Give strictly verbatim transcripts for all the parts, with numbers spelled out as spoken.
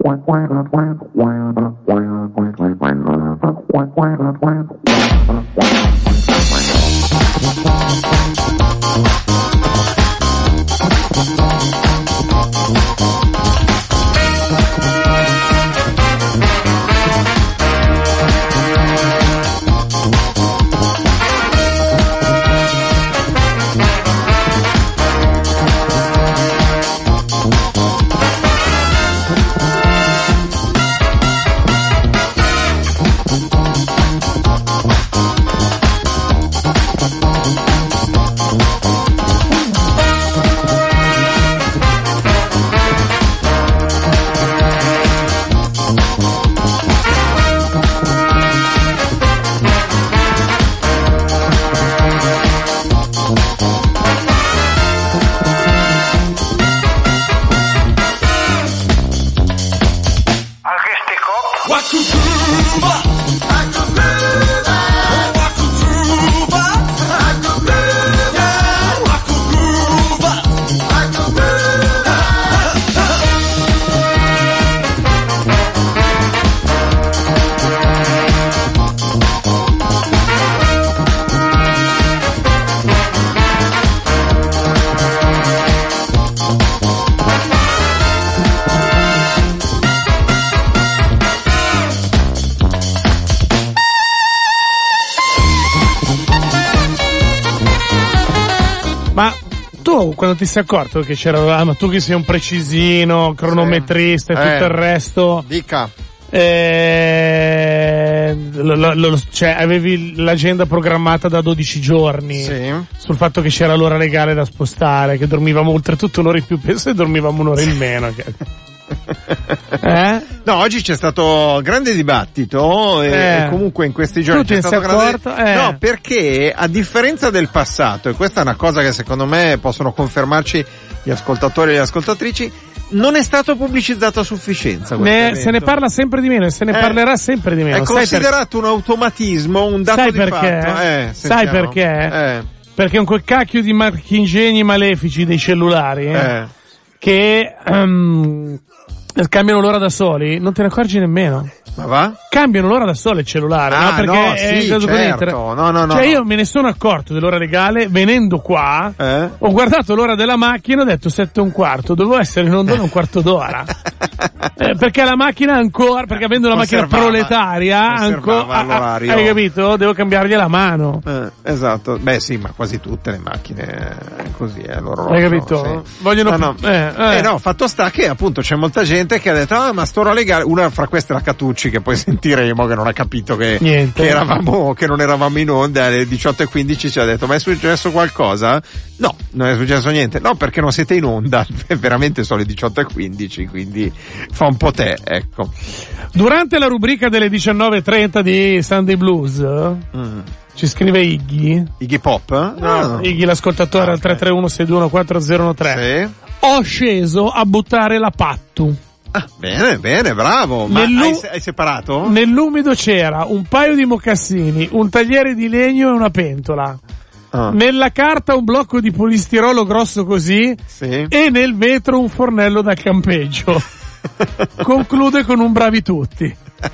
Quando ti sei accorto che c'era, ah, ma tu che sei un precisino, cronometrista sì. e tutto eh, il resto. Dica. Eh, lo, lo, lo, cioè, avevi l'agenda programmata da dodici giorni sì. sul fatto che c'era l'ora legale da spostare, che dormivamo oltretutto un'ora in più, penso che dormivamo un'ora in meno. Che... eh? No, oggi c'è stato grande dibattito e, eh. e comunque in questi giorni tu c'è stato grande... eh. No, perché a differenza del passato, e questa è una cosa che secondo me possono confermarci gli ascoltatori e le ascoltatrici, non è stato pubblicizzato a sufficienza. Ne, se ne parla sempre di meno e se ne eh. parlerà sempre di meno. È Sai considerato per... un automatismo, un dato Sai di perché? fatto. Eh, Sai perché? Eh. Perché con quel cacchio di marchingegni malefici dei cellulari eh, eh. che um, cambiano l'ora da soli, non te ne accorgi nemmeno. Ma va? Cambiano l'ora da sole il cellulare, ah, no? Perché no, è sì, certo. No, no, no. Cioè io me ne sono accorto dell'ora legale venendo qua, eh? ho guardato l'ora della macchina e ho detto sette e un quarto, dovevo essere in onda un quarto d'ora. eh, perché la macchina ancora, perché avendo la macchina proletaria, ancora, hai capito? Devo cambiargli la mano. Eh, esatto. Beh sì, ma quasi tutte le macchine così, è loro. Hai capito? Sì. Vogliono no, no. Eh, eh. eh no, fatto sta che appunto c'è molta gente che ha detto ah ma st'ora legale, una fra queste è la Catucci che poi sentiremo che non ha capito che, che eravamo che non eravamo in onda alle diciotto e quindici, ci ha detto ma è successo qualcosa? No, non è successo niente. No, perché non siete in onda, veramente sono le diciotto e quindici, quindi fa un po' te, ecco. Durante la rubrica delle diciannove e trenta di Sunday Blues mm. ci scrive Iggy Iggy Pop? No, no. Iggy l'ascoltatore al tre tre uno sei due uno quattro zero uno tre. Sì. Ho sceso a buttare la pattu. Ah, bene, bene, bravo. Ma hai, hai separato? Nell'umido c'era un paio di mocassini, un tagliere di legno e una pentola. Ah. Nella carta un blocco di polistirolo grosso così sì. e nel vetro un fornello da campeggio. Conclude con un bravi tutti.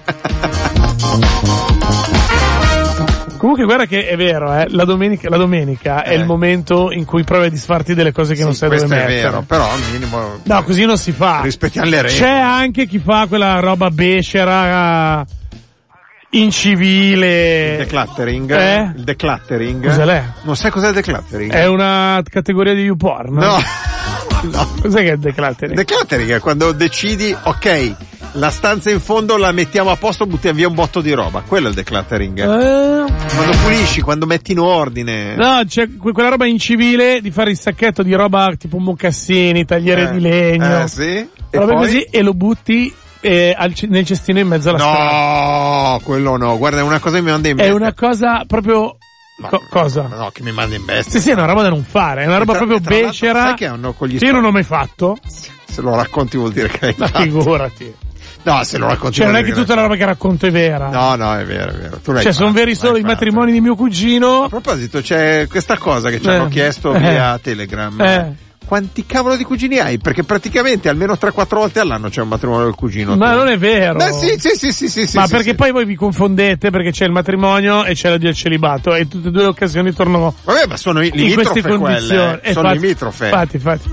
Comunque guarda che è vero, eh, la domenica, la domenica eh. è il momento in cui provi a disfarti delle cose che sì, non sai dove mettere. Questo è vero, però al minimo... No, così non si fa. Rispettiamo le regole. C'è anche chi fa quella roba becera, incivile. Il decluttering? Eh? Il decluttering? Cos'è l'è? Non sai cos'è il decluttering? È una categoria di YouPorn. No. no. Cos'è che è il decluttering? Il decluttering è quando decidi, ok, la stanza in fondo la mettiamo a posto, buttiamo via un botto di roba. Quello è il decluttering. Eh... Quando pulisci, quando metti in ordine. No, c'è quella roba incivile di fare il sacchetto di roba tipo mocassini, tagliere eh. di legno. Eh, sì. E roba poi? Così e lo butti eh, al, nel cestino in mezzo alla no, strada. No, quello no. Guarda, è una cosa che mi manda in bestia. È una cosa proprio... Ma, Co- cosa? No, che mi manda in bestia. Sì, sì, è una roba da non fare, è una roba tra, proprio tra becera. Sai che hanno con gli Io non l'ho mai fatto. Se lo racconti vuol dire che l'hai Ma fatto. figurati. No, se lo racconti. Cioè, non è che tutta la roba che racconto è vera. No, no, è vero, è vero. Tu l'hai cioè, fatto, sono veri solo i fatto. matrimoni di mio cugino. A proposito, c'è questa cosa che ci eh. hanno chiesto eh. via Telegram. Eh. quanti cavolo di cugini hai? Perché praticamente almeno tre quattro volte all'anno c'è un matrimonio del cugino. Ma tu. Non è vero. Beh, sì, sì, sì, sì, sì, ma sì, perché sì. poi voi vi confondete perché c'è il matrimonio e c'è il celibato e tutte e due le occasioni tornano. Vabbè, ma sono in queste condizioni. Quelle, sono limitrofe. Infatti, infatti.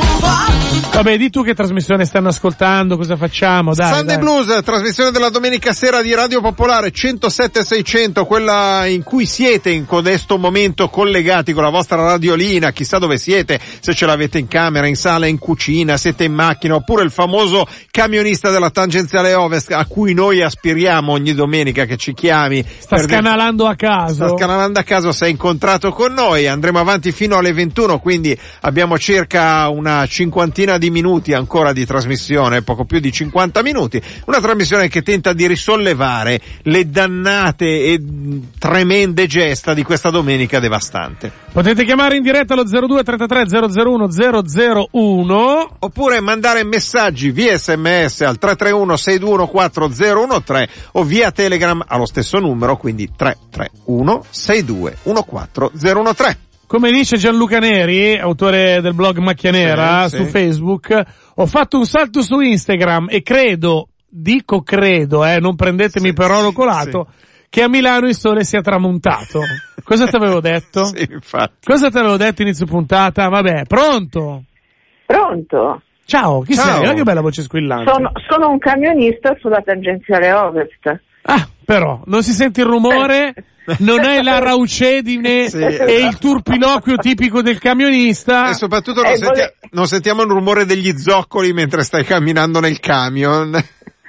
Eh. Vabbè, di tu che trasmissione stanno ascoltando, cosa facciamo? Dai, Sunday dai. Blues, trasmissione della domenica sera di Radio Popolare centosette seicento, quella in cui siete in codesto momento collegati con la vostra radiolina, chissà dove siete, se ce l'avete in camera, in sala, in cucina, siete in macchina, oppure il famoso camionista della tangenziale ovest a cui noi aspiriamo ogni domenica che ci chiami. Sta scanalando de... a caso. Sta scanalando a caso, sei incontrato con noi, andremo avanti fino alle ventuno, quindi abbiamo circa una cinquantina di minuti ancora di trasmissione, poco più di cinquanta minuti, una trasmissione che tenta di risollevare le dannate e tremende gesta di questa domenica devastante. Potete chiamare in diretta allo zero due trentatré zero zero uno zero zero uno oppure mandare messaggi via sms al tre tre uno sei due uno quattro zero uno tre o via Telegram allo stesso numero, quindi tre tre uno sei due uno quattro zero uno tre. Come dice Gianluca Neri, autore del blog Macchia Nera, sì, su sì. Facebook, ho fatto un salto su Instagram e credo, dico credo, eh, non prendetemi sì, per oro colato, sì. che a Milano il sole sia tramontato. Cosa ti avevo detto? Sì, infatti. Cosa ti avevo detto inizio puntata? Vabbè, pronto? Pronto? Ciao, chi Ciao. sei? Guarda che bella voce squillante. Sono, sono un camionista sulla tangenziale ovest. Ah, però, non si sente il rumore? Non hai la raucedine sì, e il turpiloquio tipico del camionista. E soprattutto non, eh, sentia- vole- non sentiamo il rumore degli zoccoli mentre stai camminando nel camion.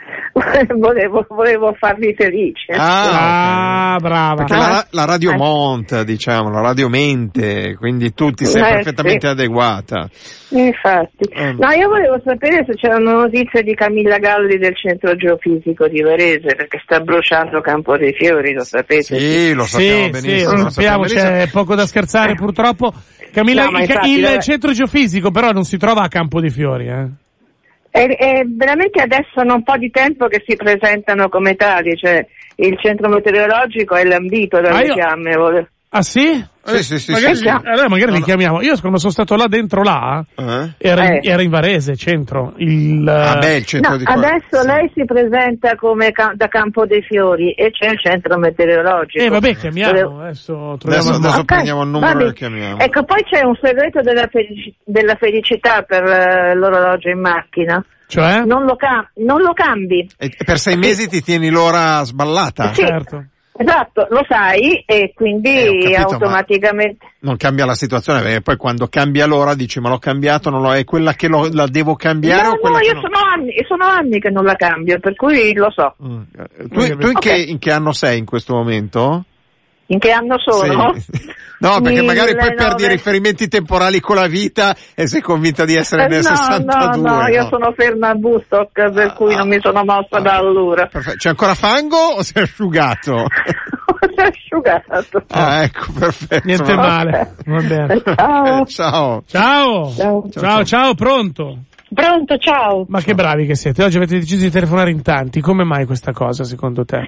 volevo, volevo farvi felici. Ah, ah brava. Perché la, la radio monta, diciamo, la radio mente, quindi tu ti sei eh, perfettamente sì. adeguata. Infatti. Eh. No, io volevo sapere se c'erano notizie di Camilla Galli del centro geofisico di Varese, perché sta bruciando Campo dei Fiori, lo sapete? Sì, lo sappiamo sì, benissimo. Sì, lo sappiamo, c'è benissimo. poco da scherzare purtroppo. Camilla, no, il, infatti, il dove... centro geofisico però non si trova a Campo dei Fiori, eh. È, è veramente adesso da un po' di tempo che si presentano come tali, cioè il centro meteorologico è lambito dalle ah, io... fiamme. Vole... Ah sì? Sì, sì, sì, magari, sì, sì. Allora magari no, li chiamiamo. Io quando sono stato là dentro là, uh-huh. era, eh. era in Varese, centro. Il, ah, beh, il centro no, di adesso sì. lei si presenta come ca- da Campo dei Fiori e c'è il centro meteorologico. Eh vabbè, chiamiamo, Volevo... adesso troviamo adesso, adesso okay. prendiamo il numero e chiamiamo. Ecco, poi c'è un segreto della, felici- della felicità per uh, l'orologio in macchina. Cioè? Non lo, cam- non lo cambi. E per sei mesi ti tieni l'ora sballata? Sì. Certo. Esatto, lo sai e quindi eh, capito, automaticamente... Non cambia la situazione, perché poi quando cambia l'ora dici ma l'ho cambiato, non lo è quella che lo, la devo cambiare no, o quella no, che io non... sono anni, sono anni che non la cambio, per cui lo so. Mm. Tu, tu in, okay. che, in che anno sei in questo momento? In che anno sono? Sì. No, perché magari poi perdi i riferimenti temporali con la vita e sei convinta di essere eh, nel no, sessantadue. No, no, no, io sono ferma a Woodstock, per ah, cui non mi sono mossa ah, da allora. Perfetto. C'è ancora fango o si è asciugato? Si è asciugato. Ah, ecco, perfetto. Niente male. Va bene. Ciao. Ciao. Ciao. Ciao. Ciao, ciao, pronto? Pronto, ciao. Ma che bravi che siete. Oggi avete deciso di telefonare in tanti. Come mai questa cosa, secondo te?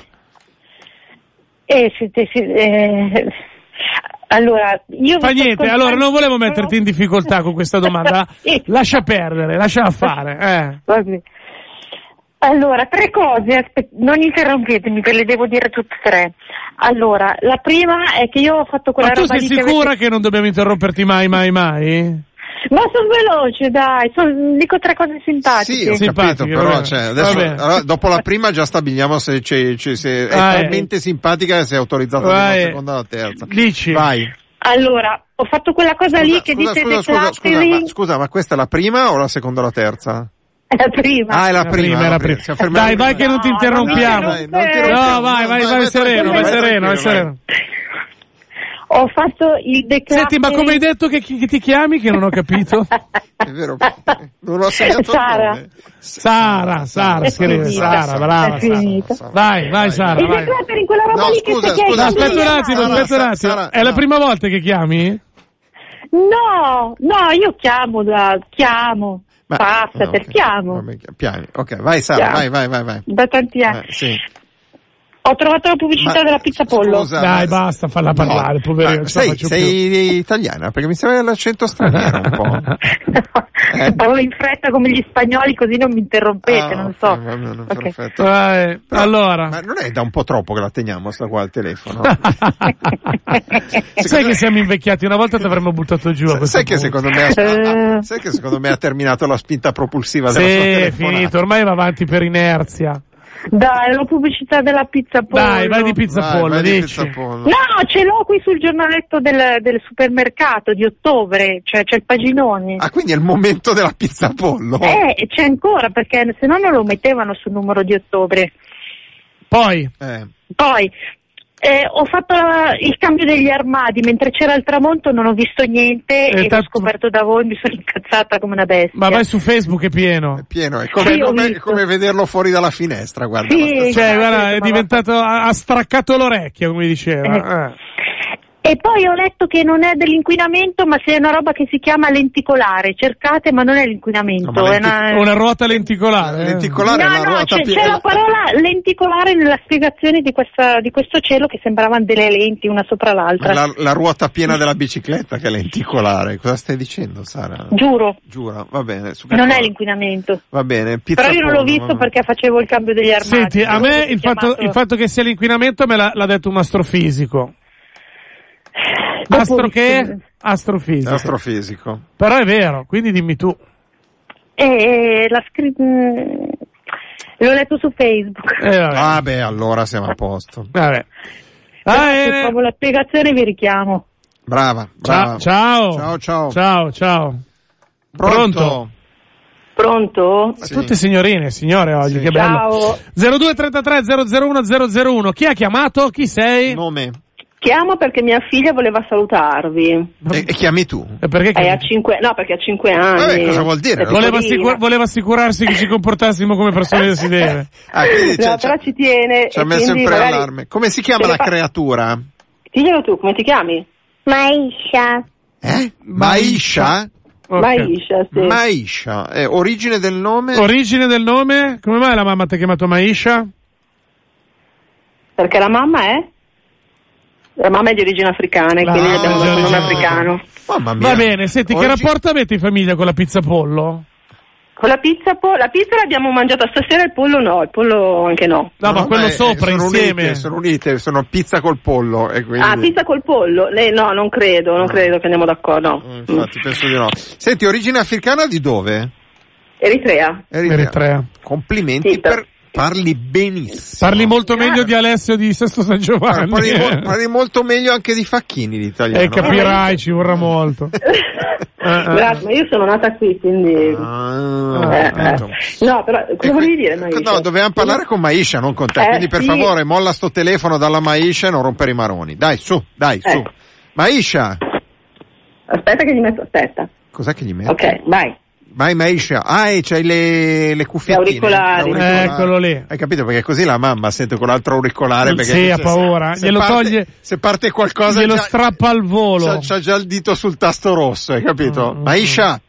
Eh, siete, eh, allora, io... Fa niente, ascoltando... allora non volevo metterti in difficoltà con questa domanda. Lascia perdere, lasciala fare. Eh. Vabbè. Allora, tre cose, aspe- non interrompetemi, ve le devo dire tutte e tre. Allora, la prima è che io ho fatto quella Ma tu roba sei lì sicura che, avete... che non dobbiamo interromperti mai, mai, mai? Ma sono veloce, dai, son, dico tre cose simpatiche. Sì, ho capito, però cioè, adesso, allora, dopo la prima già stabiliamo se, c'è, c'è, se è ah, talmente eh. simpatica e se è autorizzata la seconda o la terza. Dici. Vai. Allora, ho fatto quella cosa scusa, lì che scusa, dite scusa, scusa, scusa, ma, scusa, ma questa è la prima o la seconda o la terza? È la prima. Ah, è la, la prima, prima, la la prima. prima. Dai, vai che non ti interrompiamo. No, non ti rompiamo. No, vai, vai, vai, vai sereno, vai sereno, vai sereno. Ho fatto il declassing. Senti, ma come hai detto che, che ti chiami che non ho capito? È vero, non ho segnato Sara. il nome. Sara, Sara, scrive, Sara, brava. È finita. Sara. Vai, vai Sara, il vai. in quella roba no, lì scusa, che scusa, aspetta un attimo, aspetta un attimo. Sara, È la no. prima volta che chiami? No, no, io chiamo, da, chiamo. Ma, Passa, no, per okay. chiamo. Piani. Ok, vai Sara, vai, vai, vai, vai. Da tanti anni. Eh, sì. Ho trovato la pubblicità ma, della pizza pollo. Scusa, dai, ma... basta, falla parlare, no, poverino. Sei, sei italiana? Perché mi sembra l'accento straniero un po'. no, eh. Parlo in fretta come gli spagnoli, così non mi interrompete, ah, non so. Okay, non okay. Perfetto. Eh, Però, allora. Ma non è da un po' troppo che la teniamo sta qua al telefono? Sai che siamo invecchiati, una volta ti avremmo buttato giù. A sai, che secondo me ha, ah, sai che secondo me ha terminato la spinta propulsiva della sì, sua telefonata? Sì, è finito, ormai va avanti per inerzia. Dai, la pubblicità della pizza pollo. Dai, vai di pizza vai, pollo, vai dici. Di pizza pollo. No, ce l'ho qui sul giornaletto del, del supermercato di ottobre, cioè c'è il paginone. Ah, quindi è il momento della pizza pollo? Eh, c'è ancora, perché se no non lo mettevano sul numero di ottobre. Poi? Eh. Poi, eh, ho fatto il cambio degli armadi, mentre c'era il tramonto non ho visto niente eh, e tanto... l'ho scoperto da voi, mi sono incazzata come una bestia. Ma vai su Facebook, è pieno. È pieno, è come, sì, come, come vederlo fuori dalla finestra, guarda. Sì, cioè, guarda, è diventato, ha straccato l'orecchio, come diceva. Eh. Eh. E poi ho letto che non è dell'inquinamento, ma se è una roba che si chiama lenticolare. Cercate, ma non è l'inquinamento. No, lenti- è una... una ruota lenticolare. Lenticolare no, è una no, ruota c'è, pi- c'è la parola lenticolare nella spiegazione di, questa, di questo cielo che sembravano delle lenti una sopra l'altra. La, la ruota piena della bicicletta che è lenticolare. Cosa stai dicendo, Sara? Giuro. Giuro, va bene. Su non è l'inquinamento. Va bene. Pizza Però io non l'ho pollo, visto perché facevo il cambio degli armadi. Senti, a me il fatto, il fatto che sia l'inquinamento me l'ha, l'ha detto un astrofisico. Astro che? Astrofisico. Astrofisico. Però è vero, quindi dimmi tu. Eh, la scri- l'ho letto su Facebook. Eh, vabbè. Ah beh, allora siamo a posto. Vabbè. Ah, eh, se trovo la spiegazione vi richiamo. Brava, brava. Ciao. Ciao, ciao. Ciao, ciao. Pronto? Pronto? Sì. Tutte signorine, signore oggi, sì. Che bello. Ciao. zero due trentatré zero zero uno zero zero uno. Chi ha chiamato? Chi sei? Nome. Chiamo perché mia figlia voleva salutarvi. E, e chiami tu? E perché chiami? È a cinque, no, perché ha cinque anni. Vabbè, cosa vuol dire? Voleva, assicur- voleva assicurarsi che ci comportassimo come persone che si deve. Ah, quindi no, però ci tiene. Ci ha messo in preallarme. Come si chiama la fa... creatura? Diglielo tu, come ti chiami? Maisha. Eh? Maisha? Okay. Maisha, sì. Maisha. Eh, origine del nome? Origine del nome? Come mai la mamma ti ha chiamato Maisha? Perché la mamma è? La mamma è di origine africana e la quindi abbiamo dato il nome africano. Mamma mia. Va bene, senti, Oggi... che rapporto avete in famiglia con la pizza pollo? Con la pizza pollo? La pizza l'abbiamo mangiata stasera, il pollo no, il pollo anche no. No, no ma quello beh, sopra sono insieme. Unite, sono unite, sono pizza col pollo. E quindi... Ah, pizza col pollo? Lei, no, non credo, non no. credo che andiamo d'accordo. No. Infatti, mm. penso di no. Senti, origine africana di dove? Eritrea. Eritrea. Eritrea. Complimenti sì, per... Parli benissimo. Parli molto claro. meglio di Alessio di Sesto San Giovanni. Ah, parli, mo- parli molto meglio anche di Facchini l'italiano. E eh, capirai, ci vorrà molto. Grazie, ma io sono nata qui, quindi... Ah, eh, eh. No, però cosa volevi dire, Maisha? No, dovevamo parlare con Maisha, non con te. Eh, quindi per sì. favore, molla sto telefono dalla Maisha e non rompere i maroni. Dai, su, dai, eh. su. Maisha! Aspetta che gli metto, aspetta. Cos'è che gli metto? Ok, vai. Vai Maisha, ah e c'hai le, le cuffiettine, auricolari. auricolari. Eccolo lì. Hai capito? Perché così la mamma sente con l'altro auricolare perché sì, ha paura, se, glielo se parte, toglie, se parte qualcosa glielo già, strappa al volo. C'ha, c'ha già il dito sul tasto rosso, hai capito? Mm, Maisha,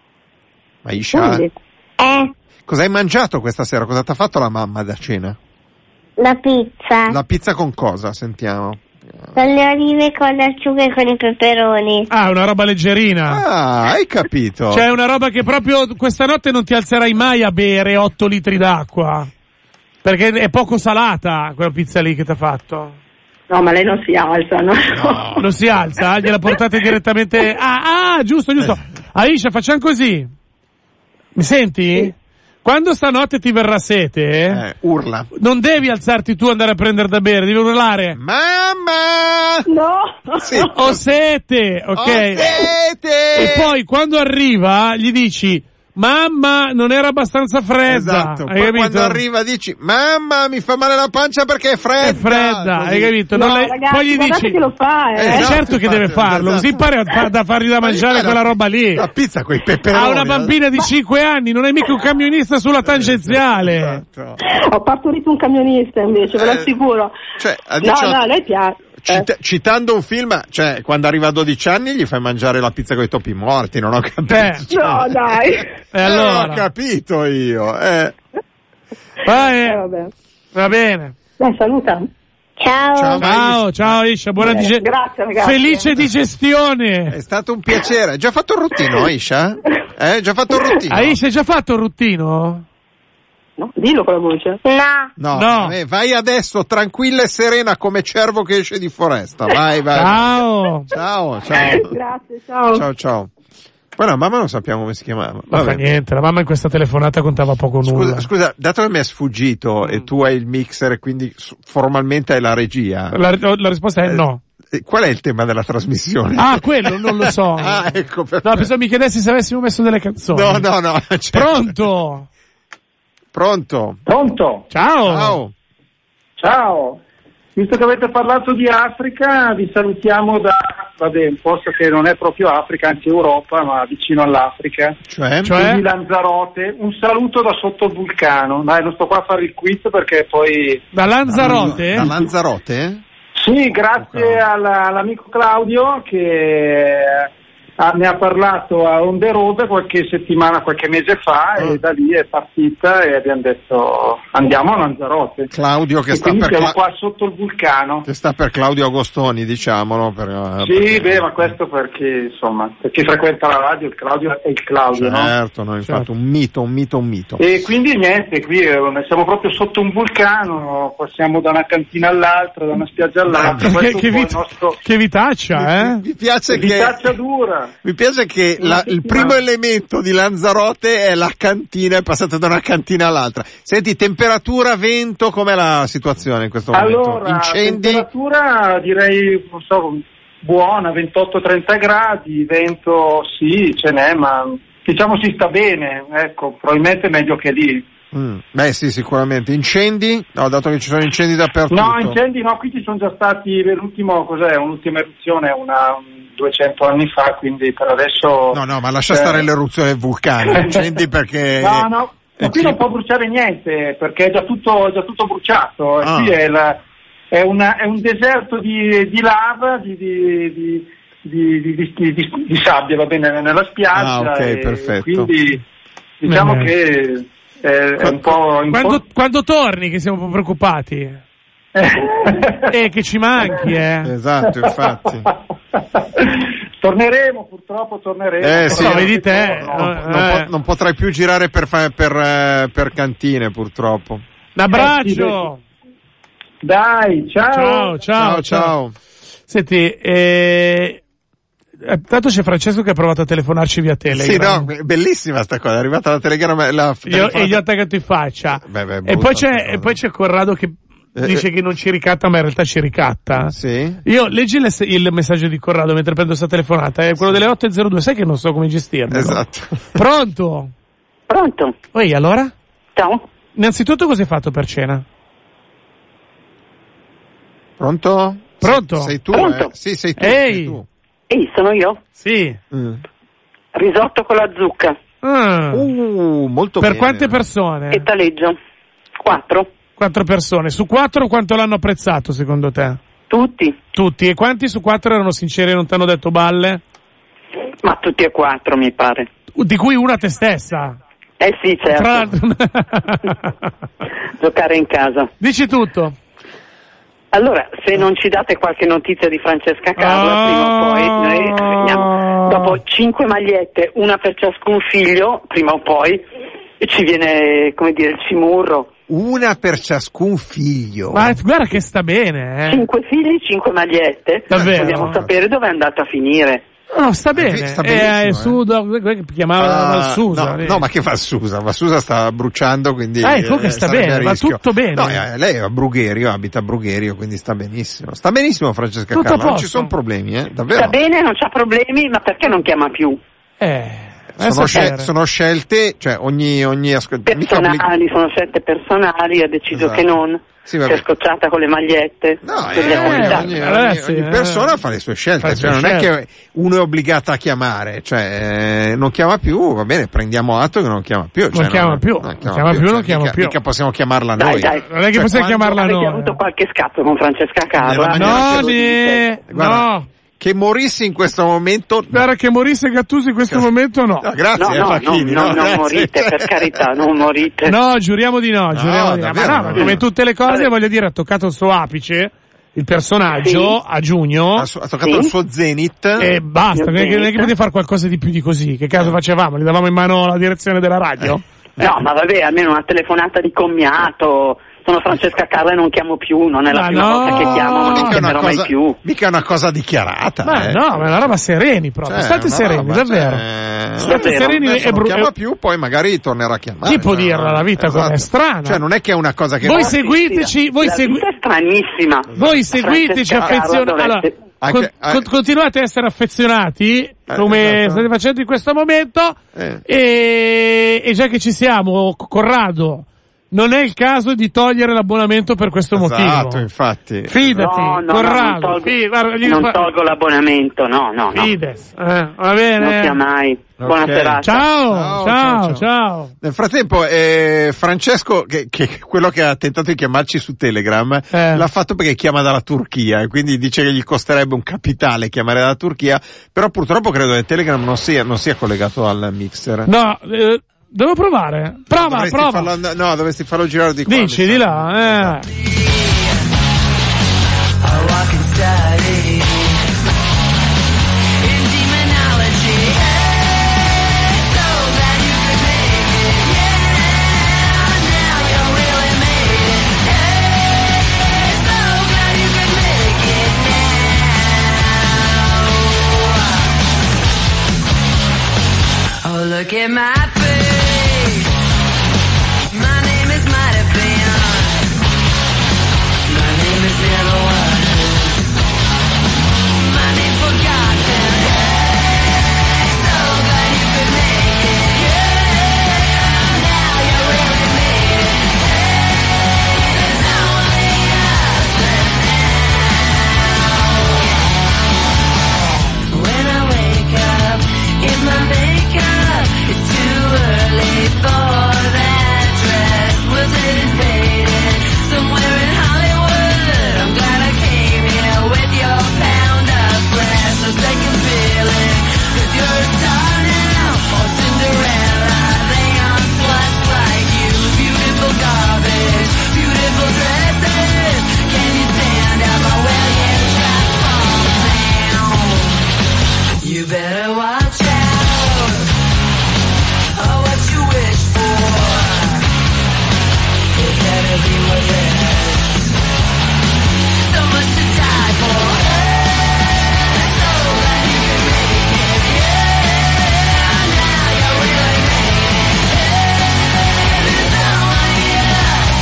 Maisha, eh? Cosa hai mangiato questa sera? Cosa ti ha fatto la mamma da cena? La pizza. La pizza con cosa? Sentiamo. Con le olive, con le acciughe e con i peperoni. Ah, una roba leggerina. Ah, hai capito. Cioè una roba che proprio questa notte non ti alzerai mai a bere otto litri d'acqua. Perché è poco salata quella pizza lì che ti ha fatto. No, ma lei non si alza, no? no. Non si alza? Gliela portate direttamente... Ah, ah, giusto, giusto. Aisha, facciamo così. Mi senti? Sì. Quando stanotte ti verrà sete, eh, urla. Non devi alzarti tu e andare a prendere da bere, devi urlare. Mamma! No! Sì. Ho sete, ok? Ho sete! E poi quando arriva gli dici mamma, non era abbastanza fredda. Esatto. Hai Poi capito? quando arriva dici mamma, mi fa male la pancia perché è fredda. È fredda, così. Hai capito? No, Non lei... ragazzi, poi gli dici che lo fa, eh. Esatto, certo che deve farlo, esatto. Così impari a far, da fargli da mangiare quella la, roba lì. La pizza con i peperoni. Ha una bambina di cinque anni, non è mica un camionista sulla tangenziale. Esatto. Ho partorito un camionista invece, ve lo assicuro. Cioè, a diciotto... No, no, lei piace. Cita- citando un film, cioè, quando arriva a dodici anni gli fai mangiare la pizza con i topi morti, non ho capito. Eh. No, dai. E allora? Eh, ho capito io, eh. Vai, eh, vabbè. Va bene. Dai, saluta. Ciao. Ciao, ciao, ciao Isha, buona digestione. Grazie ragazzi. Felice digestione. È stato un piacere. Hai già fatto il ruttino, Isha? Eh, già fatto il ruttino? Isha, hai già fatto il ruttino? No, dillo con la voce. No. No, no. Eh, vai adesso tranquilla e serena come cervo che esce di foresta. Vai, vai. Ciao. Ciao, ciao. Grazie, ciao. Ciao, ciao. Bueno, mamma non sappiamo come si chiamava. Non fa niente, la mamma in questa telefonata contava poco o nulla. Scusa, scusa, dato che mi è sfuggito mm. e tu hai il mixer e quindi formalmente hai la regia. La, la risposta è eh, no. Qual è il tema della trasmissione? Ah, quello non lo so. ah, ecco. Per... No, pensavo mi chiedessi se avessimo messo delle canzoni. No, no, no. Certo. Pronto? Pronto? Pronto? Ciao. Ciao. Ciao. Visto che avete parlato di Africa, vi salutiamo da, vabbè, un posto che non è proprio Africa, anzi Europa, ma vicino all'Africa. Cioè? Cioè? Di Lanzarote. Un saluto da sotto il vulcano. Dai, non sto qua a fare il quiz perché poi... Da Lanzarote? Da Lanzarote? Sì, grazie okay. alla, all'amico Claudio che ah, ne ha parlato a Onde Robe qualche settimana, qualche mese fa oh. e da lì è partita e abbiamo detto andiamo a Lanzarote. Claudio che e sta per siamo Cla- qua sotto il vulcano. Che sta per Claudio Agostoni, diciamolo. Per, sì, perché... beh, ma questo perché insomma, per chi frequenta la radio il Claudio è il Claudio, certo, no? no, infatti certo. un mito, un mito, un mito. E quindi niente, qui eh, siamo proprio sotto un vulcano, passiamo da una cantina all'altra, da una spiaggia all'altra. Che, che, vit- nostro... che vitaccia, eh? Mi, mi piace che vitaccia dura. Mi piace che La, il primo elemento di Lanzarote è la cantina, è passata da una cantina all'altra. Senti, temperatura, vento, com'è la situazione in questo momento? Allora, incendi? Temperatura direi, non so, buona, ventotto trenta gradi, vento sì, ce n'è, ma diciamo si sta bene, ecco, probabilmente meglio che lì. Mm. Beh sì, sicuramente. Incendi? No, dato che ci sono incendi dappertutto. No, incendi no, qui ci sono già stati, l'ultimo, cos'è, un'ultima eruzione, una... duecento anni fa, quindi per adesso... No, no, ma lascia eh... stare l'eruzione del vulcano, incendi perché... No, no, ma qui non può bruciare niente, perché è già tutto, è già tutto bruciato, ah. Qui è, la, è, una, è un deserto di, di lava, di, di, di, di, di, di, di, di sabbia, va bene, nella spiaggia. Ah, ok, e perfetto. Quindi diciamo Bene. che è, è un po'... Un quando, po'... quando torni che siamo un po' preoccupati? Eh, che ci manchi, eh. Esatto, infatti. Torneremo, purtroppo torneremo. Eh sì, no, vedi te. No, no, eh. non, po- non potrai più girare per, per, per, per cantine, purtroppo. Un abbraccio. Dai, ciao. Ciao, ciao, ciao. ciao. Senti, eh... tanto c'è Francesco che ha provato a telefonarci via Telegram. Sì, no, bellissima sta cosa, è arrivata la Telegram. La Io, e gli ho attaccato in faccia. Beh, beh, e, poi c'è, e poi c'è Corrado che dice che non ci ricatta, ma in realtà ci ricatta. Sì. Io leggi le, il messaggio di Corrado mentre prendo questa telefonata, è quello sì. delle otto e zero due, sai che non so come gestirlo. Esatto. Pronto? Pronto. Oi, allora? Ciao. Innanzitutto cosa hai fatto per cena? Pronto? Pronto? Sei, sei tu, Pronto? Eh? Sì, sei tu. Ehi. Sei tu. Ehi, sono io. Sì. Mm. Risotto con la zucca. Ah. Uh, molto per bene. quante persone? E taleggio. Quattro. Quattro persone. Su quattro quanto l'hanno apprezzato secondo te? Tutti. Tutti. E quanti su quattro erano sinceri e non ti hanno detto balle? Ma tutti e quattro mi pare. Di cui una te stessa? Eh sì, certo. Tra l'altro... Giocare in casa. Dici tutto. Allora, se non ci date qualche notizia di Francesca Carla, oh. prima o poi noi veniamo. Dopo cinque magliette, una per ciascun figlio, prima o poi ci viene, come dire, il cimurro. Una per ciascun figlio. Ma guarda che sta bene, eh. Cinque figli, cinque magliette. Davvero? Vogliamo sapere dove è andata a finire. No, sta bene. Sta è eh, Suda, eh. chiamava uh, Valsusa. No, no, ma che Valsusa? Valsusa sta bruciando, quindi. Ah, ecco che sta bene, va tutto bene. No, eh, lei è a Brugherio, abita a Brugherio, quindi sta benissimo. Sta benissimo Francesca tutto Carla, non ci sono problemi, eh, davvero. Sta bene, non c'ha problemi, ma perché non chiama più? Eh. Sono, scel- sono scelte, cioè ogni, ogni ascol- personali, sono scelte personali, ha deciso esatto. che non. Sì, si è scocciata con le magliette. No, eh, ogni, ogni, ragazzi, ogni persona eh. fa le sue scelte, cioè, sue non scelte. È che uno è obbligato a chiamare, cioè eh, non chiama più, va bene, prendiamo atto che non chiama più. Cioè, non chiama non, più, non chiama, chiama più, più, cioè, non chiama mica, più. Mica possiamo chiamarla dai, noi. Dai. Non è che cioè, possiamo chiamarla noi. Avete avuto qualche scatto con Francesca Carla? No, ne... no. che morissi in questo momento. Guarda, che morisse Gattuso in questo momento no. no grazie, no, no, Facchini, no, no, no, non morite, per carità, non morite. No, giuriamo di no, giuriamo no, di no. davvero, Ma no, ma come tutte le cose, Vabbè. voglio dire, ha toccato il suo apice, il personaggio, sì. a giugno. Ha, ha toccato sì. il suo zenith. E basta, non è che, non è che potete fare qualcosa di più di così. Che caso facevamo? Gli davamo in mano la direzione della radio? Eh. No, ma vabbè, almeno una telefonata di commiato. Sono Francesca Carla e non chiamo più, non è la Ma prima no, volta che chiamo, ma non mica, chiamerò una cosa, mai più. mica una cosa dichiarata. Ma eh. no, ma è una roba sereni proprio. Cioè, State una sereni, roba, davvero. Cioè, State davvero. sereni Adesso e non bru- chiama più, poi magari tornerà a chiamare. Chi può cioè, dirla? La vita esatto. com'è strana. Cioè, non è che è una cosa che Voi va- seguiteci, voi la segui- vita è stranissima. Voi seguiteci, Francesca Carla affezionati. dovrebbe- Allora, Anche- con- con- continuate a essere affezionati, come esatto. state facendo in questo momento, Eh. e, e già che ci siamo, Corrado, non è il caso di togliere l'abbonamento per questo Esatto, motivo. infatti. Fidati, No, no, Corrado. no, non tolgo, fi- guarda, gli- non tolgo l'abbonamento, no, no, no. Fides, eh, va Non bene? sia mai. Buona Ok. serata. Ciao, Ciao, ciao, ciao, ciao, ciao. Nel frattempo, eh, Francesco, che, che quello che ha tentato di chiamarci su Telegram, Eh. l'ha fatto perché chiama dalla Turchia e quindi dice che gli costerebbe un capitale chiamare dalla Turchia, però purtroppo credo che Telegram non sia, non sia collegato al mixer. No, eh, devo provare. Prova, dovresti prova. farlo and- no, dovresti farlo girare di qua. Dici, mi di sa. là, eh. Look at my face. My name is might have been. My name is never was. My name's forgotten. So glad you could make it. Yeah, now you really made it. Hey, there's only us now. When I wake up in my makeup, it's too early for that dress. Wilted and faded, somewhere in Hollywood. I'm glad I came here with your pound of flesh. No second feeling, cause you're a star now. Or Cinderella, they aren't sluts like you. Beautiful garbage, beautiful dresses. Can you stand up or will you just fall down? You better watch out. Oh, what you wish for. It better be worth it. So much to die for. So glad you could make it. Yeah, now you really made it. There's only us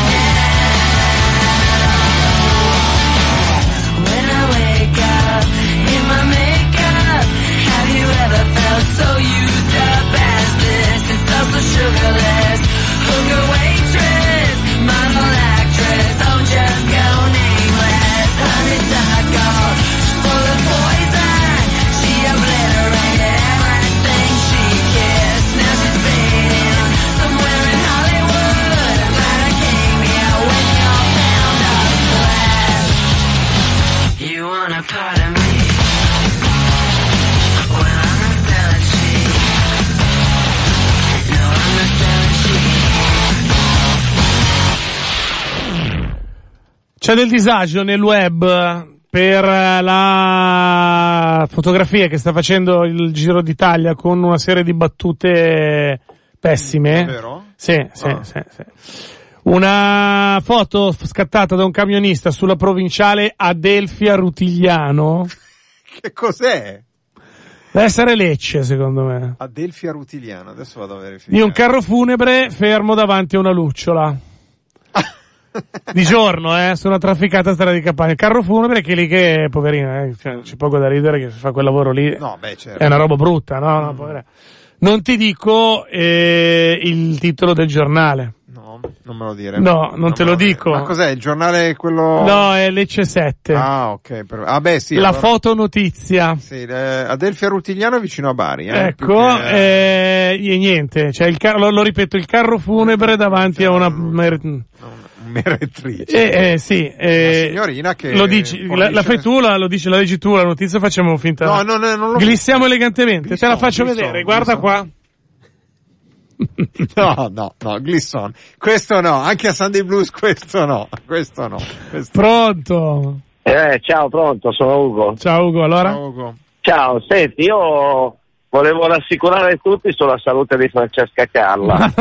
now. When I wake up in my makeup, have you ever felt so used up as this? It's also sugarless. Hooker waitress, model actress, oh just go nameless. Honeysuckle, she's full of poison. She obliterated everything she kissed. Now she's fading somewhere in Hollywood. I'm glad I came here with your pound of flesh. You want a part of me? Well, I'm not selling cheap. No, I'm not selling cheap. C'è del disagio nel web per la fotografia che sta facendo il Giro d'Italia con una serie di battute pessime. Vero? Sì, sì, Ah. sì, sì. Una foto scattata da un camionista sulla provinciale Adelfia Rutigliano. Che cos'è? Deve essere Lecce, secondo me. Adelfia Rutiliano, adesso vado a verificare. Di un carro funebre fermo davanti a una lucciola. Di giorno, eh, su una trafficata strada di campagna. Il carro funebre che lì che, poverino, eh, cioè, c'è poco da ridere che fa quel lavoro lì. No, beh, certo. È una roba brutta, no? no povera. Non ti dico eh, il titolo del giornale. No, non me lo dire. No, non te me lo dire. dico. Ma cos'è? Il giornale quello... No, è Lecce sette. Ah, ok. Per... Ah, beh, sì. La allora... foto notizia. Sì, eh, Adelfia Rutigliano è vicino a Bari. Eh, Ecco, che... eh, e niente, cioè il car- lo, lo ripeto, il carro funebre davanti a una... Un meretrice. Eh, eh, sì, eh, una signorina che lo dici, la, la fai tu, la, lo dici, la leggi tu la notizia, facciamo finta. No, no, no, non lo glissiamo elegantemente, glisson, te la faccio glisson, vedere, guarda glisson. qua. No, no, no, Glisson. Questo no, anche a Sunday Blues questo no, questo no. Questo Pronto? Eh, ciao, pronto, sono Ugo. Ciao Ugo, allora? Ciao, Ugo. Ciao, senti, io volevo rassicurare tutti sulla salute di Francesca Carla.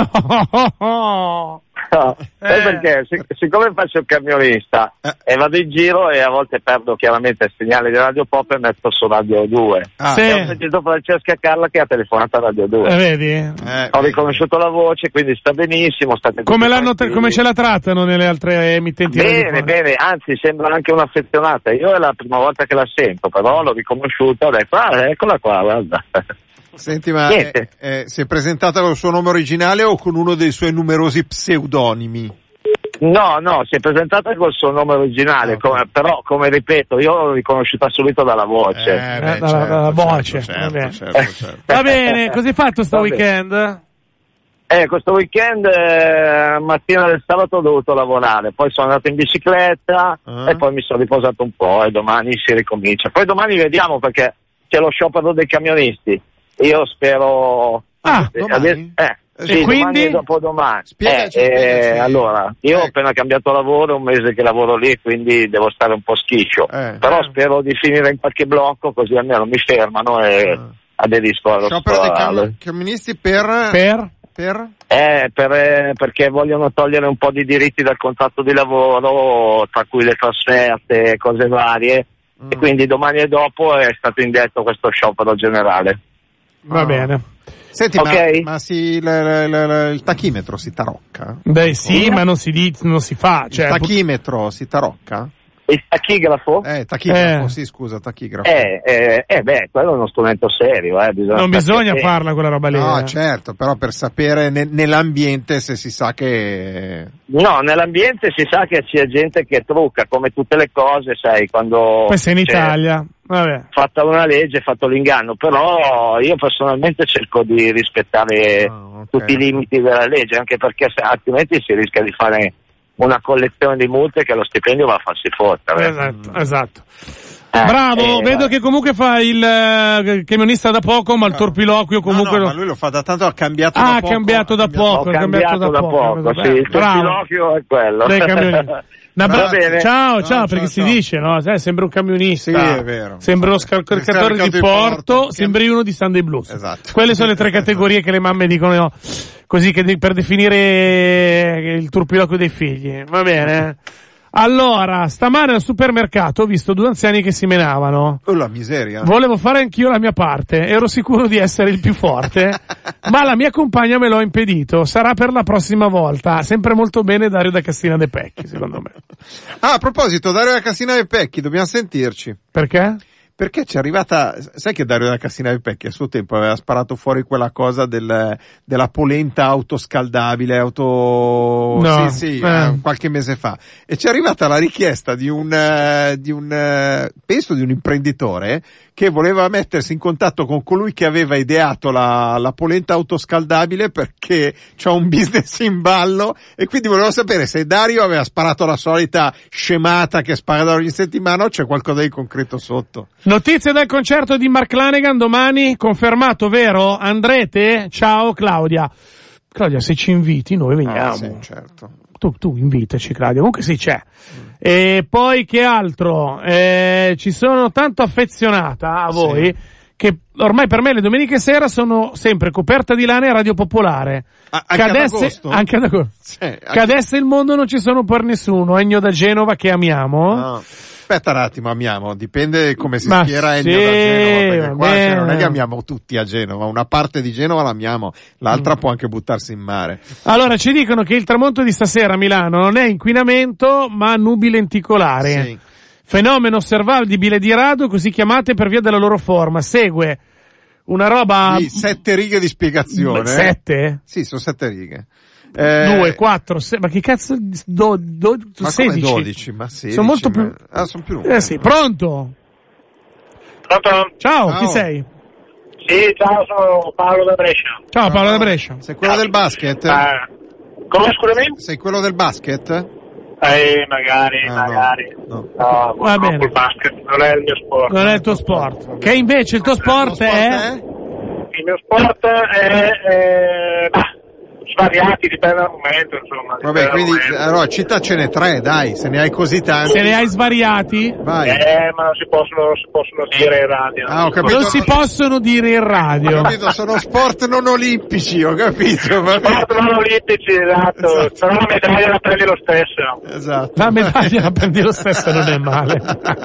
No. No, sai Eh. perché? Sic- siccome faccio il camionista Eh. e vado in giro e a volte perdo chiaramente il segnale di Radio Pop e metto su Radio due. Ah, Sì. E ho sentito Francesca Carla che ha telefonato a Radio due. Eh, vedi? eh, Ho riconosciuto la voce, quindi sta benissimo. State Come tutti l'hanno tra- tranquilli. come ce la trattano nelle altre emittenti? Bene, radiofoniche? bene, anzi sembra anche un'affezionata. Io è la prima volta che la sento, però l'ho riconosciuta, ho detto, ah, eccola qua, guarda. Senti, ma Niente. eh, eh, si è presentata col suo nome originale o con uno dei suoi numerosi pseudonimi? No, no, si è presentata col suo nome originale, Ah, ok. come- però come ripeto, io l'ho riconosciuta subito dalla voce. Eh, beh, dalla- dalla voce, certo, va bene. certo, certo, certo. Va bene, cosa hai fatto sto Va bene. weekend? Eh, questo weekend, eh, mattina del sabato ho dovuto lavorare, poi sono andato in bicicletta Ah. e poi mi sono riposato un po' e domani si ricomincia. Poi domani vediamo perché c'è lo sciopero dei camionisti. Io spero... Ah, eh, domani? adesso- eh, E sì, quindi? domani e dopodomani. Spiegaci, Eh, spiegaci. eh, allora, io ho Eh. appena cambiato lavoro, è un mese che lavoro lì, quindi devo stare un po' schiccio. Eh. Però spero di finire in qualche blocco, così almeno mi fermano e Ah. aderisco allo Sciopero dei stradale. cam- camministi per... Per? per? Eh, per, eh, perché vogliono togliere un po' di diritti dal contratto di lavoro, tra cui le trasferte e cose varie, Mm. e quindi domani e dopo è stato indetto questo sciopero generale. Va Ah. bene. Senti, Ok. ma, ma si, l- l- l- il tachimetro si tarocca? Beh sì, ma non si dice, non si fa. Cioè, il tachimetro si tarocca? Il tachigrafo? Eh, tachigrafo, Eh. sì, scusa, tachigrafo. Eh, eh, eh, beh, quello è uno strumento serio, eh, bisogna non stare bisogna attenti. farla quella roba lì. No, eh. certo, però per sapere ne- nell'ambiente se si sa che... No, nell'ambiente si sa che c'è gente che trucca, come tutte le cose, sai, quando Poi sei in c'è Italia. Vabbè. fatta una legge, fatto l'inganno, però io personalmente cerco di rispettare Ah, ok. tutti i limiti della legge, anche perché se, altrimenti si rischia di fare una collezione di multe che lo stipendio va a farsi fottere. Esatto, esatto. Eh, Bravo, eh, vedo vai. che comunque fa il eh, camionista da poco, ma il torpiloquio comunque... No, no, ma lui lo fa da tanto, ha cambiato Ah, da ha poco. cambiato da ha cambiato- poco. Ho cambiato, da poco, sì, il Bravo. torpilocchio è quello. Dai, camionista. Una Va bra- bene. Ciao, No, ciao, ciao, perché ciao. si dice, no? Sai, sembra un camionista. Sì, è vero. Sembra uno Il scaricatori di scaricato di porto, porto. sembri uno di Sunday Blues. Esatto. Quelle sono le tre categorie che le mamme dicono, no, così che per definire il turpiloquio dei figli. Va bene? Allora, stamane al supermercato ho visto due anziani che si menavano. Oh, la miseria. Volevo fare anch'io la mia parte, ero sicuro di essere il più forte, ma la mia compagna me l'ho impedito. Sarà per la prossima volta. Sempre molto bene Dario da Cassina De Pecchi, secondo me. Ah, a proposito, Dario da Cassina e Pecchi, dobbiamo sentirci. Perché? Perché c'è arrivata, sai che Dario da Cassina e Pecchi a suo tempo aveva sparato fuori quella cosa del, della polenta autoscaldabile, auto, No, sì, sì, eh. eh, qualche mese fa. E c'è arrivata la richiesta di un, eh, di un, eh, penso di un imprenditore che voleva mettersi in contatto con colui che aveva ideato la, la polenta autoscaldabile perché c'ha un business in ballo e quindi volevo sapere se Dario aveva sparato la solita scemata che spara ogni settimana o c'è qualcosa di concreto sotto. Notizie del concerto di Mark Lanegan domani, confermato, vero? Andrete? Ciao Claudia. Claudia, se ci inviti noi veniamo. Ah, sì, certo. Tu, tu invitaci Claudia, comunque sì c'è. E poi che altro? Eh, ci sono tanto affezionata a voi Sì. che ormai per me le domeniche sera sono sempre coperta di lana e Radio Popolare. Ah, anche ad Cadesse, agosto? anche ad agosto. Sì, anche- Cadesse il mondo non ci sono per nessuno. Ennio da Genova che amiamo. No. Aspetta un attimo, amiamo, dipende come si Ma schiera sì, Ennio da Genova, perché va qua cioè, bene. non è che amiamo tutti a Genova, una parte di Genova l'amiamo, l'altra Mm. può anche buttarsi in mare. Allora, ci dicono che il tramonto di stasera a Milano non è inquinamento, ma nubi lenticolari. Sì. Fenomeno osservabile di rado, così chiamate per via della loro forma. Segue una roba... Sì, sette righe di spiegazione. Sette? Sì, sono sette righe. Eh, Due, quattro, sei, ma che cazzo? Do, do, ma sedici. come dodici? Ma sedici? Sono molto ma- più... Ah, sono più lunghe. Eh sì, pronto? Pronto? Ciao, Ciao. chi sei? Sì, ciao, sono Paolo da Brescia. Ciao, Paolo da Brescia. Sei quello del basket? Eh, come scusami? Sei quello del basket? Eh, magari, ah, magari. No, no. no Va no, bene. Il basket non è il mio sport. Non è il tuo sport. Che invece il tuo sport, sport è? è? Il mio sport è... è bah, svariati, dipende dal momento, insomma. Vabbè, quindi allora citacene tre, dai, se ne hai così tanti. Se ne hai svariati? Vai. Eh, ma non si possono, non si possono dire in radio. Ah, ho capito. Non si possono dire in radio. Ho capito, sono sport non olimpici, ho capito. Sport non olimpici, esatto. esatto. Però la medaglia la prendi lo stesso. Esatto. La medaglia la prendi lo stesso, non è male.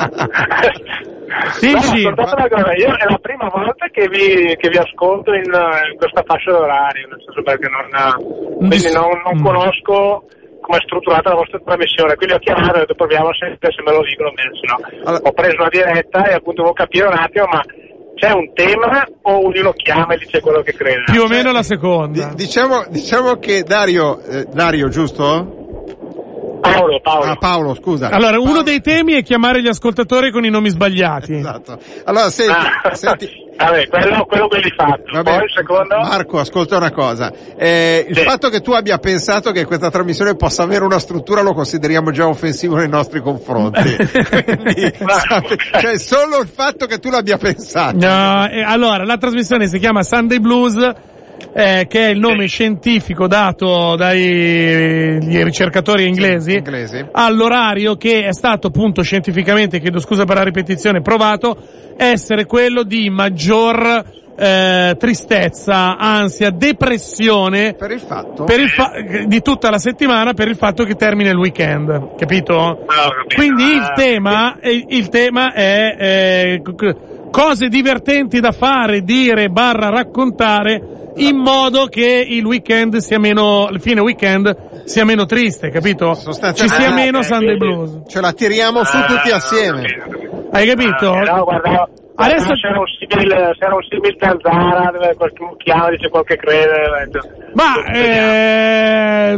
Sì, no, sì. Io è la prima volta che vi, che vi ascolto in, in questa fascia d'orario, nel senso perché non, quindi non, non conosco come è strutturata la vostra trasmissione, quindi ho chiamato e ho detto proviamo se, se me lo dicono bene, se no allora, ho preso una diretta e appunto devo capire un attimo, ma c'è un tema o ognuno chiama e dice quello che crede? Più o meno la seconda. D- diciamo, diciamo che Dario, eh, Dario, giusto? Paolo, Paolo. Ah, Paolo, scusa. Allora, Paolo. uno dei temi è chiamare gli ascoltatori con i nomi sbagliati. Esatto. Allora, senti, ah, senti. Vabbè, quello, quello che hai fatto. Vabbè, poi il secondo? Marco, ascolta una cosa. Eh, il sì. fatto che tu abbia pensato che questa trasmissione possa avere una struttura lo consideriamo già offensivo nei nostri confronti. Quindi, sappi, cioè, solo il fatto che tu l'abbia pensato. No, eh, allora, la trasmissione si chiama Sunday Blues, eh, che è il nome scientifico dato dai gli ricercatori inglesi, inglesi all'orario che è stato appunto scientificamente, chiedo scusa per la ripetizione, provato essere quello di maggior eh, tristezza, ansia, depressione per il fatto per il fa- di tutta la settimana, per il fatto che termina il weekend, capito? Ah, Quindi il tema, il tema è eh, cose divertenti da fare, dire, barra raccontare, in modo che il weekend sia meno, il fine weekend sia meno triste, capito? Ci sia meno Sunday Blues. Ce la tiriamo su tutti assieme. Hai capito? Ah, no, guarda, adesso c'era un simile, c'era un simile Tanzara, dove qualcuno chiama, dice quel che crede. Ma eh,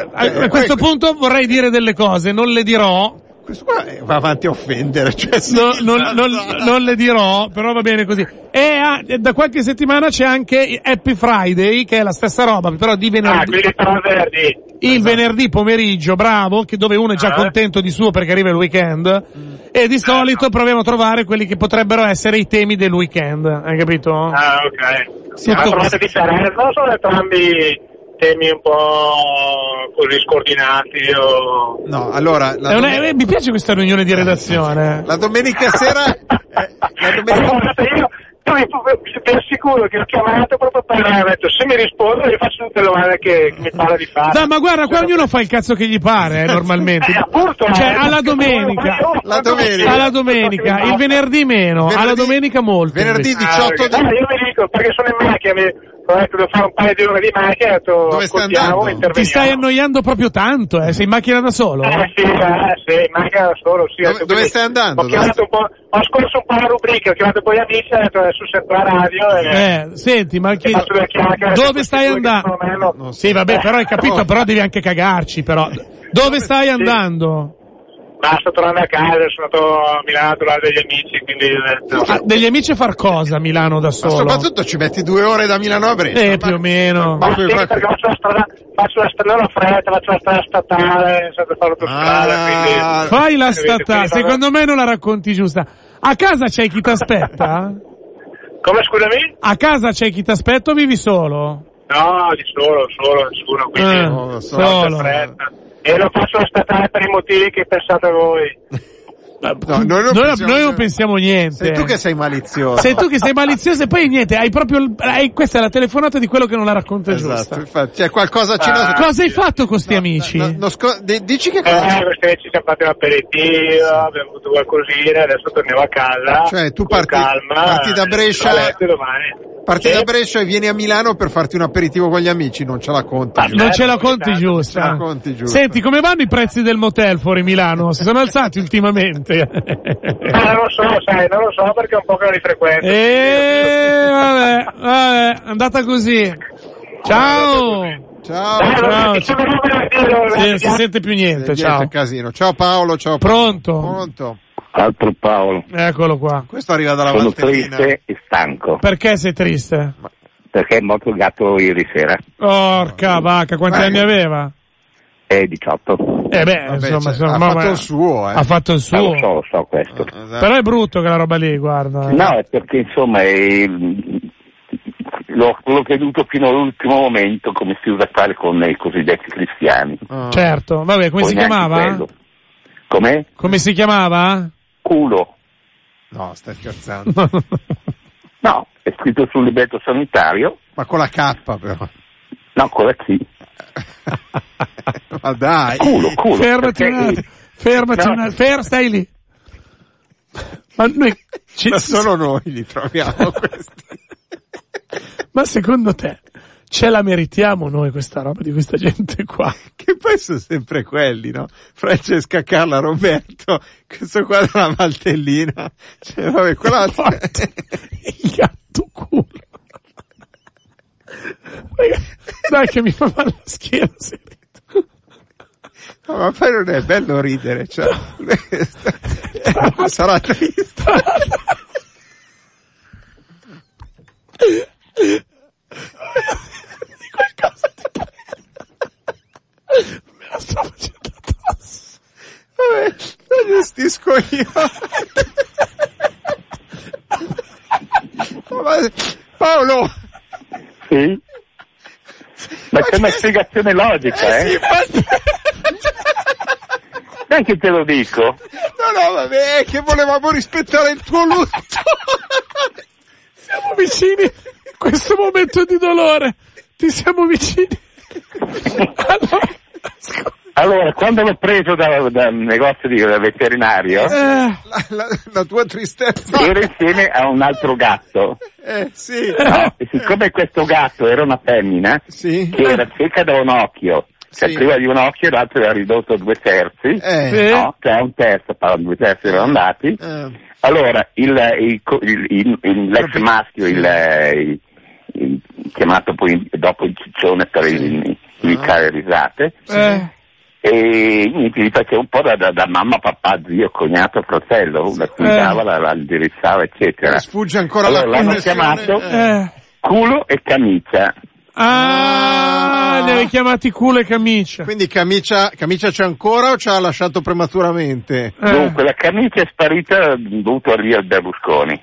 a questo punto vorrei dire delle cose, non le dirò. Questo qua va avanti a offendere, cioè no, non, non, non le dirò, però va bene così. E ah, da qualche settimana c'è anche Happy Friday, che è la stessa roba, però di venerdì. Ah, quindi però venerdì. Il esatto. venerdì pomeriggio, bravo, che dove uno è già ah. contento di suo perché arriva il weekend. Mm. E di solito proviamo a trovare quelli che potrebbero essere i temi del weekend, hai capito? Ah, ok. Tutto ah, trovate differenze, non sono entrambi temi un po' così scordinati o... No, allora... La è una, domen- eh, mi piace questa riunione di redazione. La domenica sera... eh, la domenica... Allora, io, io per sicuro che ho chiamato proprio per aver detto se mi rispondo gli faccio tutte le domande che, che mi pare di fare. No, ma guarda, qua ognuno fa il cazzo che gli pare, eh, normalmente. Eh, appunto, cioè, eh, alla domenica, la domenica, alla domenica, il venerdì meno, venerdì, alla domenica molto. Venerdì diciotto ah, di... no, io mi dico, perché sono in macchina, mi... devo fare un paio di ore di macchina, ho detto, dove stai andando? Ti stai annoiando proprio tanto, eh? Sei in macchina da solo? Eh sì, eh, sì, in macchina da solo, sì. Dove, dove stai andando? Ho chiamato un po', ho scorso un po' la rubrica, ho chiamato poi amici, ho detto adesso sento la radio e... Eh, senti, ma chi... dove stai andando? No, sì, vabbè, però hai capito, oh. però devi anche cagarci, però. Dove stai andando? Ma sto tornando a casa, sono andato a Milano a trovare degli amici, quindi... Ah, degli amici a far cosa a Milano da solo? Ma soprattutto ci metti due ore da Milano a Brescia. Eh, ma... più o meno. Ma, ma sì, perché faccio la strada, faccio la strada, non ho fretta, faccio la strada statale, senza fare l'autostrada, ah, quindi... Fai la statale, secondo me non la racconti giusta. A casa c'hai chi t'aspetta? Come, scusami? A casa c'hai chi t'aspetta o vivi solo? No, di solo, solo, nessuno, quindi... Eh, no, solo. E lo faccio la statale per i motivi che pensate voi. No, noi, non, noi, noi non pensiamo niente. Sei tu che sei malizioso. Sei tu che sei malizioso e poi niente, hai proprio il, hai, questa è la telefonata di quello che non la racconta esatto, giusta. Infatti, c'è qualcosa ci ah, cosa hai fatto con sti no, amici? No, no, sco- d- dici che cosa? Eh, questi amici ci siamo fatti un aperitivo, abbiamo avuto qualcosina, adesso torniamo a casa. Cioè, tu parti, calma, parti da Brescia. Domani. Parti sì. da Brescia e vieni a Milano per farti un aperitivo con gli amici, non ce la conti. Ah, non ce la conti giusta. Ce la conti giusta. Senti, come vanno i prezzi del motel fuori Milano? Si sono alzati ultimamente? Ah, non lo so, sai, non lo so perché è un po' che non li frequento. Eh, vabbè, vabbè, andata così. Ciao! Ciao, ciao, ciao. ciao. Sì, si sente più niente, ciao. Casino. Ciao Paolo, ciao Paolo. Pronto? Pronto. Altro Paolo. Eccolo qua. Questo arriva dalla Sono Valtellina. triste e stanco. Perché sei triste? Perché è morto il gatto ieri sera. Porca vacca, quanti Vai. anni aveva? È diciotto. Eh beh, Vabbè, insomma, cioè, insomma, ha ma- fatto il suo, eh. Ha fatto il suo. Ah, lo so, lo so questo. Esatto. Però è brutto quella roba lì, guarda. No, è perché insomma è, l'ho, l'ho creduto fino all'ultimo momento, come si usa fare con i cosiddetti cristiani. Ah. Certo, vabbè, come Poi si neanche chiamava? quello. Com'è? Come si chiamava? Culo. No, stai scherzando. No, è scritto sul libretto sanitario. Ma con la K però. No, con la C. Ma dai. Culo, culo. Fermati un perché- attimo, fermati No. un attimo, fer, stai lì. Ma noi, ci- Ma solo noi li troviamo questi. ma secondo te ce la meritiamo noi questa roba di questa gente qua? Che poi sono sempre quelli, no? Francesca, Carla, Roberto, questo qua della Valtellina. Cioè, vabbè, quella... Il gatto culo. Dai che mi fa male la schiena, se rido. No, ma poi non è bello ridere, cioè... Sarà triste. Di qualcosa ti me la sto facendo addosso. Vabbè, lo gestisco io. Ma- Paolo! Sì. Ma c'è una spiegazione logica, eh? Sì, ma- Neanche te lo dico. No, no, vabbè, è che volevamo rispettare il tuo lutto. Siamo vicini in questo momento di dolore. Ti siamo vicini. Allora, Allora, quando l'ho preso dal, dal negozio di dal veterinario, eh, La, la, la tua tristezza. ero insieme a un altro gatto. Eh, sì. No? E siccome questo gatto era una femmina, Sì. che era cieca da un occhio, cioè Sì. priva di un occhio e l'altro era ridotto a due terzi, Eh. sì. no? Cioè un terzo, però due terzi erano andati. Eh. Allora, il, il, il, il- il- l'ex Proprio- maschio, il, il- il- chiamato poi dopo il ciccione per il- evitare risate, eh, e niente, gli faceva un po' da, da, da mamma, papà, zio, cognato, fratello, la guidava, la, la indirizzava, eccetera. Sfugge ancora Allora, la l'hanno connessione. chiamato eh. culo e camicia. Ah, li avevi chiamati culo e camicia. Quindi camicia, camicia c'è ancora o ci ha lasciato prematuramente? Eh. Dunque, la camicia è sparita dovuto al via Berlusconi.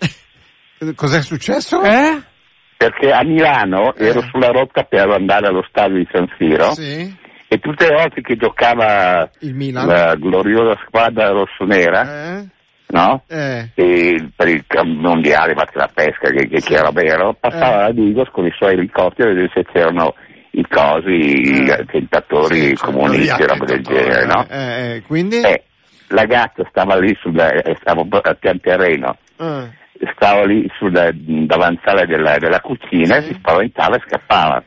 Cos'è successo? Eh? Perché a Milano Eh. ero sulla rotta per andare allo stadio di San Siro Sì. e tutte le volte che giocava Il Milan. la gloriosa squadra rossonera, Eh? no? Eh. E per il cam- mondiale, ma la pesca che, che, che era vero, passava Eh. a Digos con i suoi elicotteri a vedere se c'erano i cosi, i Eh. tentatori Sì, cioè, comunisti, gli roba del attentatori, genere, no? Eh, eh, quindi? Eh, la gatta stava lì sulla, eh, stavo a pian terreno, Eh. stavo lì sulla davanzale della, della cucina, Sì. si spaventava e scappava.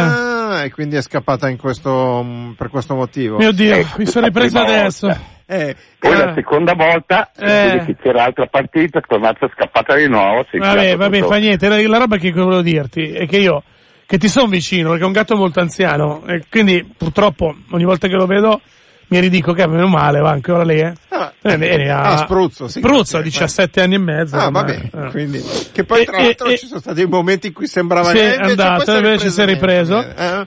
Ah, e quindi è scappata in questo, mh, per questo motivo. Mio Dio, Ecco, mi sono la ripreso prima adesso. volta. Eh, Poi Eh. la seconda volta, Eh. vedi che c'era altra partita, è tornata scappata di nuovo. si è Vabbè, tirato vabbè, tutto. fa niente. La, la roba che volevo dirti è che io, che ti sono vicino, perché è un gatto molto anziano, e quindi purtroppo ogni volta che lo vedo mi ridico che meno male, va ancora lì, eh. Ah, Eh, bene, ah, Spruzzo, sì. Spruzzo, a Sì, diciassette anni e mezzo. Ah, ormai. vabbè, Eh. quindi, che poi tra E- l'altro e- ci sono stati momenti in cui sembrava Sì, che è invece andato, poi invece si è ripreso. Eh?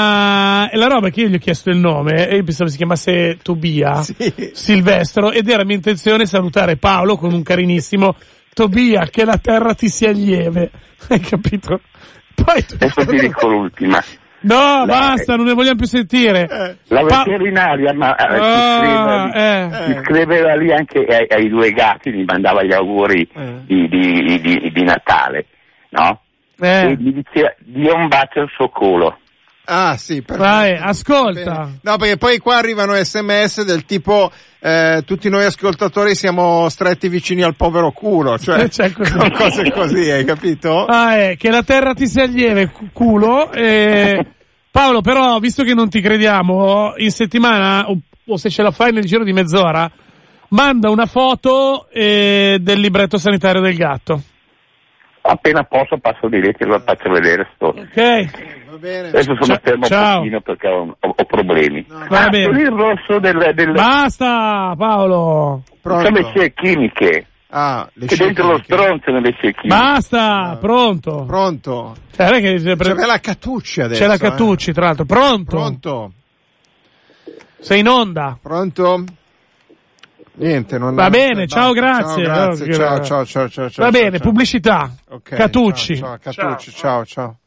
Ma la roba è che io gli ho chiesto il nome e io pensavo si chiamasse Tobia Sì. Silvestro ed era mia intenzione salutare Paolo con un carinissimo Tobia, che la terra ti sia lieve. Hai capito? Poi Adesso ti dico l'ultima. no, La- basta, non ne vogliamo più sentire. Eh. La Pa- veterinaria ma, eh, Ah, si, scrive, eh. si scriveva lì anche ai, ai due gatti, mi mandava gli auguri Eh. di, di, di, di Natale, no? E Eh. mi diceva, dia un bacio al suo culo. Ah, sì, perfetto. Vai, ascolta. Bene. No, perché poi qua arrivano sms del tipo eh, tutti noi ascoltatori siamo stretti vicini al povero culo, cioè Eh, c'è così. con cose così, hai capito? Ah, eh, che la terra ti sia lieve, cu- culo. Eh, Paolo, però, visto che non ti crediamo, in settimana, o, o se ce la fai nel giro di mezz'ora, manda una foto eh, del libretto sanitario del gatto. Appena posso passo di lì che lo faccio vedere. Sto. Ok? Va bene. Adesso sono Ciao- fermo ciao. un pochino perché ho, ho- ho problemi. Va Ah, bene. per il rosso del, del Basta, Paolo. Pronto? sono le scie chimiche, Ah, le che dentro lo chimiche. stronzo nelle scie chimiche. Basta, pronto. Pronto? Cioè, non è che c'è, C'è la Cattucci adesso. c'è la eh. Cattucci, tra l'altro. Pronto? Pronto? Sei in onda. Pronto? Niente, non va bene, ciao, grazie. Ciao, grazie, ciao, ciao, ciao, ciao, ciao. Va ciao, bene, ciao. pubblicità. Okay, Catucci. Ciao, ciao, Catucci, ciao, ciao. ciao.